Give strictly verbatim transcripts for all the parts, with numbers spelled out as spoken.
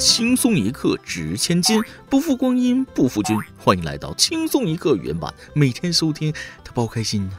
轻松一刻值千金，不负光阴不负君。欢迎来到轻松一刻原版，每天收听，他包开心。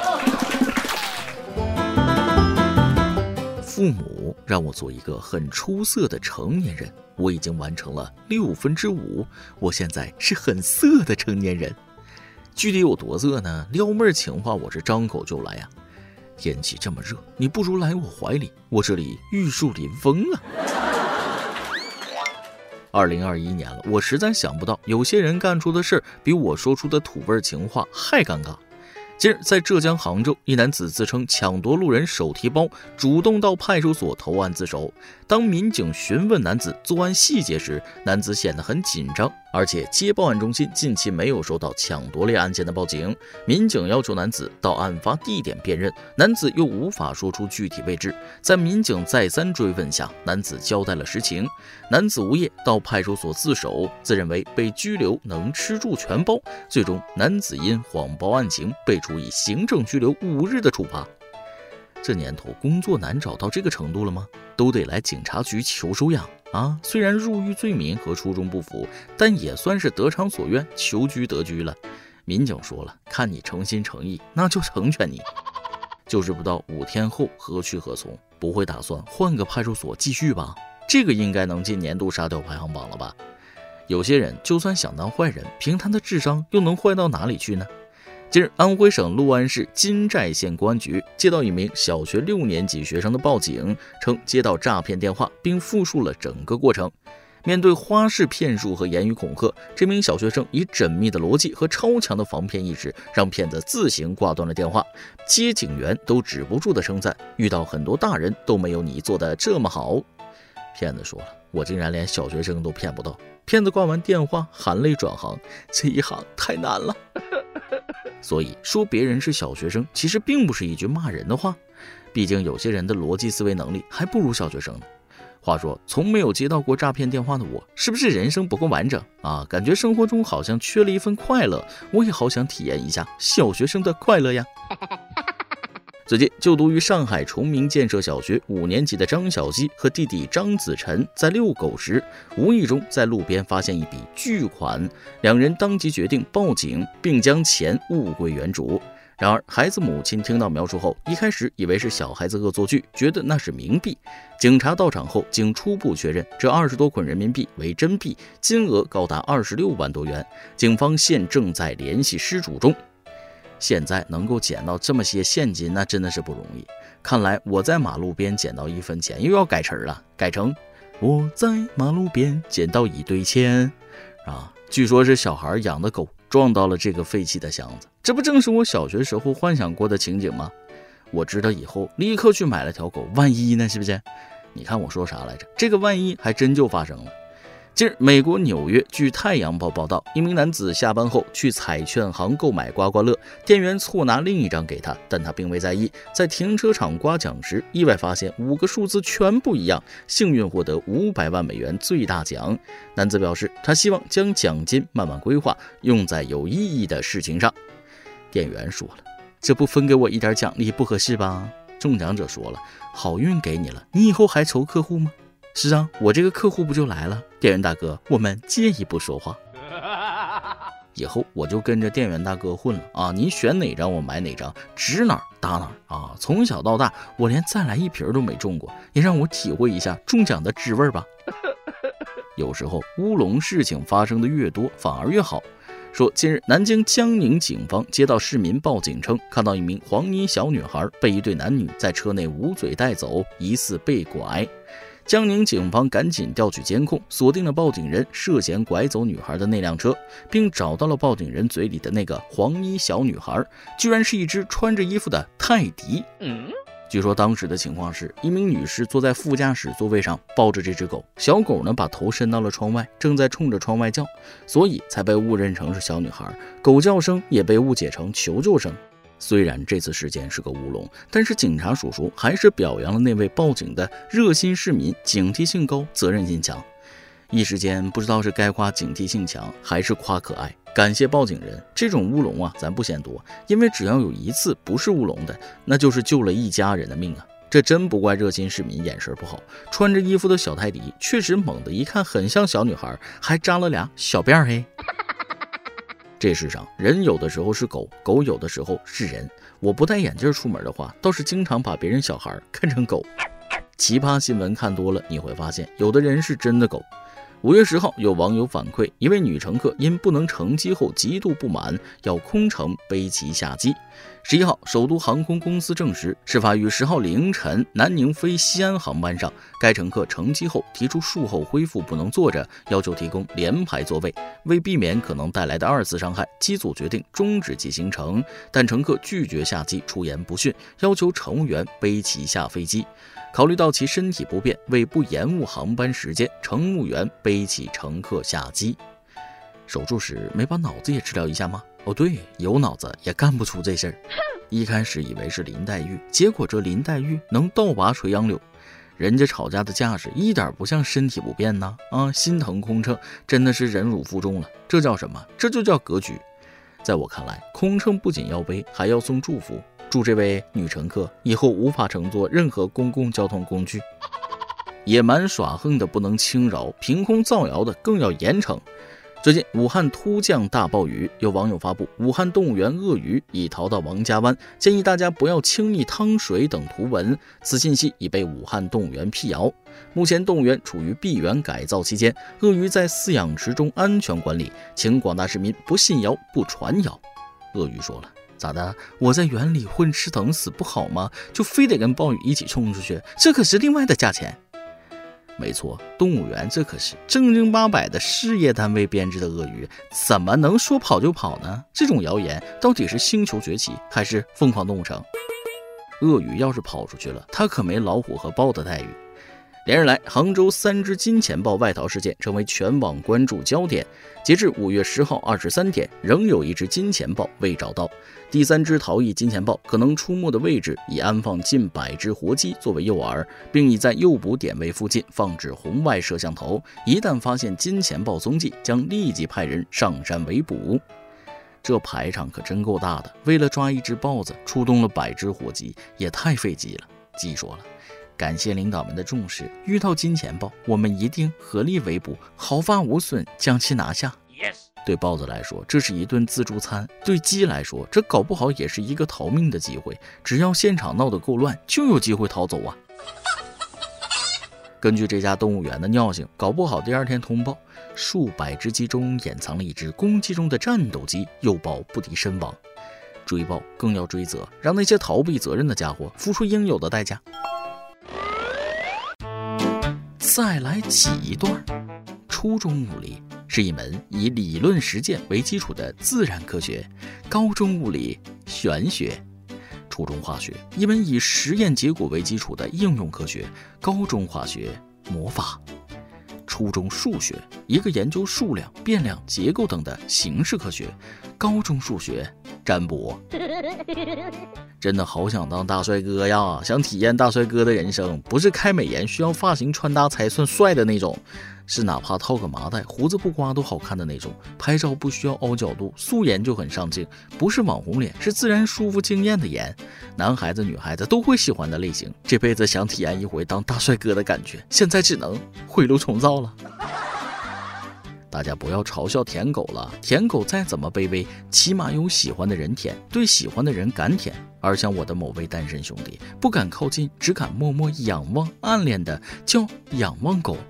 父母让我做一个很出色的成年人，我已经完成了六分之五，我现在是很色的成年人。具体有多色呢？撩妹情话我是张口就来呀、啊。天气这么热，你不如来我怀里，我这里玉树临风啊。二零二一年了，我实在想不到有些人干出的事比我说出的土味情话还尴尬。近日，在浙江杭州，一男子自称抢夺路人手提包，主动到派出所投案自首。当民警询问男子作案细节时，男子显得很紧张，而且接报案中心近期没有收到抢夺类案件的报警。民警要求男子到案发地点辨认，男子又无法说出具体位置。在民警再三追问下，男子交代了实情。男子无业，到派出所自首，自认为被拘留能吃住全包。最终，男子因谎报案情被处以行政拘留五日的处罚。这年头工作难找到这个程度了吗？都得来警察局求收养啊！虽然入狱罪名和初衷不符，但也算是得偿所愿，求拘得拘了。民警说了，看你诚心诚意，那就成全你。就是不知道五天后何去何从，不会打算换个派出所继续吧？这个应该能进年度沙雕排行榜了吧？有些人就算想当坏人，凭他的智商又能坏到哪里去呢？近日，安徽省六安市金寨县公安局接到一名小学六年级学生的报警，称接到诈骗电话，并复述了整个过程。面对花式骗术和言语恐吓，这名小学生以缜密的逻辑和超强的防骗意识，让骗子自行挂断了电话。接警员都止不住的称赞，遇到很多大人都没有你做的这么好。骗子说了，我竟然连小学生都骗不到。骗子挂完电话，含泪转行，这一行太难了。所以说别人是小学生，其实并不是一句骂人的话。毕竟有些人的逻辑思维能力还不如小学生呢。话说，从没有接到过诈骗电话的我，是不是人生不够完整啊？感觉生活中好像缺了一份快乐，我也好想体验一下小学生的快乐呀。最近就读于上海崇明建设小学五年级的张小希和弟弟张子晨在遛狗时，无意中在路边发现一笔巨款，两人当即决定报警，并将钱物归原主。然而孩子母亲听到描述后，一开始以为是小孩子恶作剧，觉得那是冥币。警察到场后，经初步确认，这二十多捆人民币为真币，金额高达二十六万多元。警方现正在联系失主中。现在能够捡到这么些现金，那真的是不容易。看来我在马路边捡到一分钱又要改成了，改成我在马路边捡到一堆钱啊！据说是小孩养的狗撞到了这个废弃的箱子，这不正是我小学时候幻想过的情景吗？我知道以后立刻去买了条狗，万一呢？是不是？你看我说啥来着？这个万一还真就发生了。近日，美国纽约据《太阳报》报道，一名男子下班后去彩券行购买刮刮乐，店员错拿另一张给他，但他并未在意。在停车场刮奖时，意外发现五个数字全不一样，幸运获得五百万美元最大奖。男子表示，他希望将奖金慢慢规划，用在有意义的事情上。店员说了，这不分给我一点奖励不合适吧？中奖者说了，好运给你了，你以后还愁客户吗？是啊，我这个客户不就来了？店员大哥，我们借一步说话。以后我就跟着店员大哥混了啊！你选哪张我买哪张，指哪儿打哪儿啊！从小到大，我连再来一瓶都没中过，也让我体会一下中奖的滋味吧。有时候乌龙事情发生的越多，反而越好。说近日南京江宁警方接到市民报警称，看到一名黄衣小女孩被一对男女在车内捂嘴带走，疑似被拐。江宁警方赶紧调取监控，锁定了报警人涉嫌拐走女孩的那辆车，并找到了报警人嘴里的那个黄衣小女孩，居然是一只穿着衣服的泰迪。嗯据说当时的情况是，一名女士坐在副驾驶座位上抱着这只狗，小狗呢把头伸到了窗外，正在冲着窗外叫，所以才被误认成是小女孩，狗叫声也被误解成求救声。虽然这次事件是个乌龙，但是警察叔叔还是表扬了那位报警的热心市民，警惕性高，责任心强。一时间不知道是该夸警惕性强还是夸可爱。感谢报警人，这种乌龙啊咱不嫌多，因为只要有一次不是乌龙的，那就是救了一家人的命啊。 这真不怪热心市民眼神不好，穿着衣服的小泰迪确实猛的一看很像小女孩，还扎了俩小辫儿嘿。这世上人有的时候是狗，狗有的时候是人。我不戴眼镜出门的话，倒是经常把别人小孩看成狗。奇葩新闻看多了，你会发现有的人是真的狗。五月十号，有网友反馈，一位女乘客因不能乘机后极度不满，要空乘背其下机。十一号，首都航空公司证实，事发于十号凌晨南宁飞西安航班上，该乘客乘机后提出术后恢复不能坐着，要求提供连排座位。为避免可能带来的二次伤害，机组决定终止其行程，但乘客拒绝下机，出言不逊，要求乘务员背其下飞机。考虑到其身体不便，为不延误航班时间，乘务员背起乘客下机。手术时没把脑子也治疗一下吗？哦对，有脑子也干不出这事儿。一开始以为是林黛玉，结果这林黛玉能倒拔垂杨柳。人家吵架的架势一点不像身体不便呐！啊，心疼空乘真的是忍辱负重了。这叫什么？这就叫格局。在我看来，空乘不仅要背，还要送祝福。祝这位女乘客以后无法乘坐任何公共交通工具。野蛮耍横的不能轻饶，凭空造谣的更要严惩。最近武汉突降大暴雨，有网友发布武汉动物园鳄鱼已逃到王家湾，建议大家不要轻易趟水等图文。此信息已被武汉动物园辟谣。目前动物园处于闭园改造期间，鳄鱼在饲养池中安全管理，请广大市民不信谣不传谣。鳄鱼说了，咋的？我在园里混吃等死不好吗？就非得跟暴雨一起冲出去，这可是另外的价钱。没错，动物园这可是正经八百的事业单位编制的鳄鱼，怎么能说跑就跑呢？这种谣言到底是星球崛起还是疯狂动物城？鳄鱼要是跑出去了，它可没老虎和豹的待遇。连日来，杭州三只金钱豹外逃事件成为全网关注焦点。截至五月十号二十三点，仍有一只金钱豹未找到。第三只逃逸金钱豹可能出没的位置已安放近百只活鸡作为诱饵，并已在诱捕点位附近放置红外摄像头。一旦发现金钱豹踪迹，将立即派人上山围捕。这排场可真够大的，为了抓一只豹子，出动了百只活鸡，也太费鸡了。鸡说了，感谢领导们的重视，遇到金钱豹，我们一定合力围捕，毫发无损将其拿下。Yes. 对豹子来说，这是一顿自助餐；对鸡来说，这搞不好也是一个逃命的机会。只要现场闹得够乱，就有机会逃走啊！根据这家动物园的尿性，搞不好第二天通报，数百只鸡中掩藏了一只公鸡中的战斗机，诱豹不敌身亡。追豹更要追责，让那些逃避责任的家伙付出应有的代价。再来挤一段。初中物理是一门以理论实践为基础的自然科学，高中物理玄学。初中化学一门以实验结果为基础的应用科学，高中化学魔法。初中数学一个研究数量、变量、结构等的形式科学，高中数学占卜。真的好想当大帅哥呀，想体验大帅哥的人生，不是开美颜需要发型穿搭才算帅的那种，是哪怕套个麻袋胡子不刮都好看的那种，拍照不需要凹角度，素颜就很上镜，不是网红脸，是自然舒服惊艳的颜，男孩子女孩子都会喜欢的类型。这辈子想体验一回当大帅哥的感觉，现在只能回炉重造了。大家不要嘲笑舔狗了，舔狗再怎么卑微，起码有喜欢的人舔，对喜欢的人敢舔。而像我的某位单身兄弟，不敢靠近，只敢默默仰望，暗恋的叫仰望狗。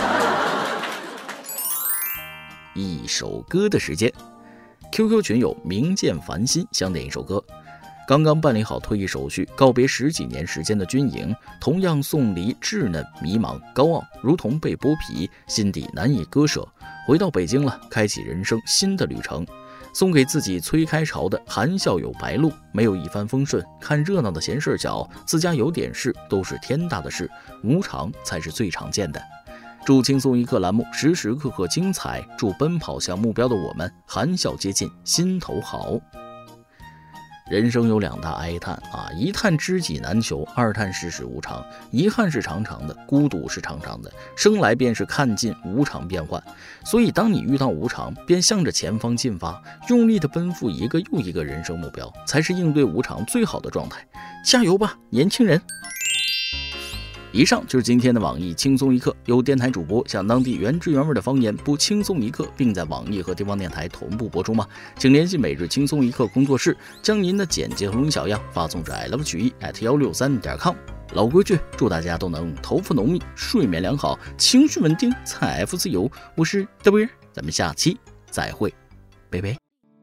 一首歌的时间 ，Q Q 群友明见繁星想点一首歌。刚刚办理好退役手续，告别十几年时间的军营，同样送离稚嫩、迷茫、高傲，如同被剥皮，心底难以割舍。回到北京了，开启人生新的旅程。送给自己崔开朝的含笑有白鹭，没有一帆风顺，看热闹的闲事角，自家有点事都是天大的事，无常才是最常见的。祝轻松一刻栏目时时刻刻精彩，祝奔跑向目标的我们含笑接近，心头好。人生有两大哀叹啊，一叹知己难求，二叹世事无常。遗憾是长长的，孤独是长长的，生来便是看尽无常变幻。所以当你遇到无常，便向着前方进发，用力的奔赴一个又一个人生目标，才是应对无常最好的状态。加油吧，年轻人！ 以上就是今天的网易轻松一刻，由电台主播向当地原汁原味的方言播轻松一刻，并在网易和地方电台同步播出吗？请联系每日轻松一刻工作室，将您的简介和录音小样发送至 i love 曲艺 at 一六三点 com。老规矩，祝大家都能头发浓密，睡眠良好，情绪稳定，财富自由。我是 W， 咱们下期再会，拜拜。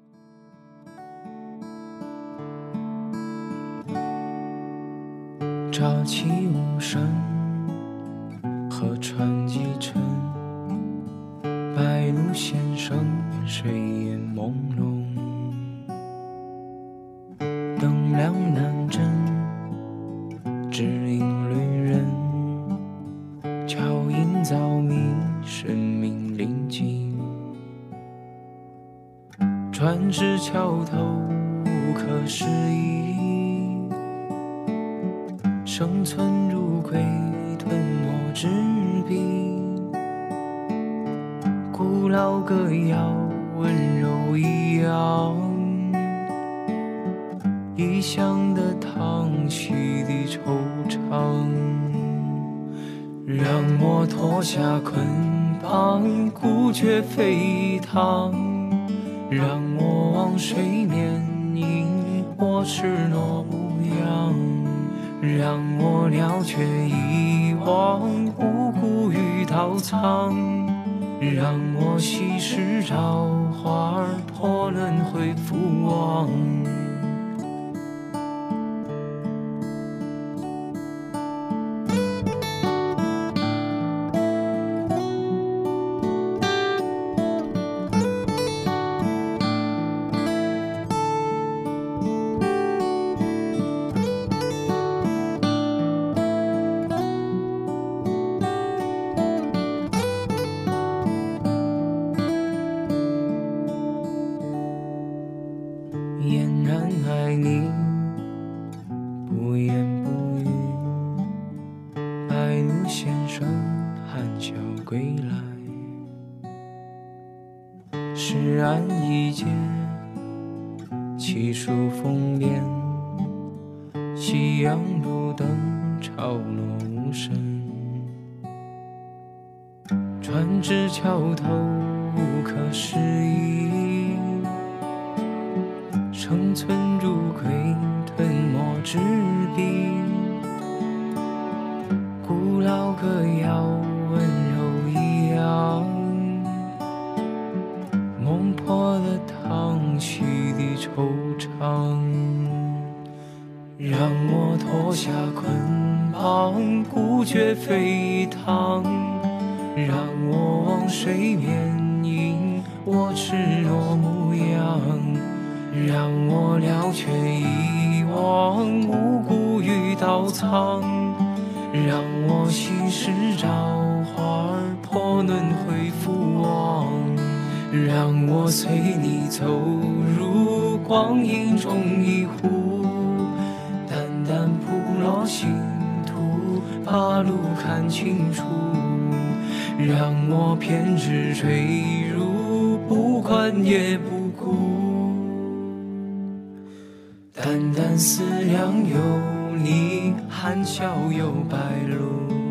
朝气无声，河船击沉，白鹭先生，水烟朦胧。灯亮南镇，只引旅人，桥影早迷，生命临近。船至桥头，无可适宜。生存如鬼，吞没纸笔。古老歌谣，温柔一样，异乡的唐气的惆怅。让我脱下捆绑，孤绝沸腾。让我往水面迎我赤裸模样。让我了却遗忘无辜与刀藏，让我稀释朝花破轮回复往。俨然爱你，不言不语。白鹭先生含笑归来，诗案一节，气数风边。夕阳路灯潮落无声，船至桥头无可适宜。生存如鬼，吞没纸笔。古老歌谣，温柔一样，梦破了唐气的惆怅。让我脱下捆绑，孤绝沸腾。让我往水面迎我赤裸模样。让我了却遗忘无辜与刀藏。让我稀释朝花破轮回复往。让我随你走入光阴中一壶，淡淡铺落星途，把路看清楚。让我偏执坠入，不管也不顾。淡淡思量有你，含笑有白鹭。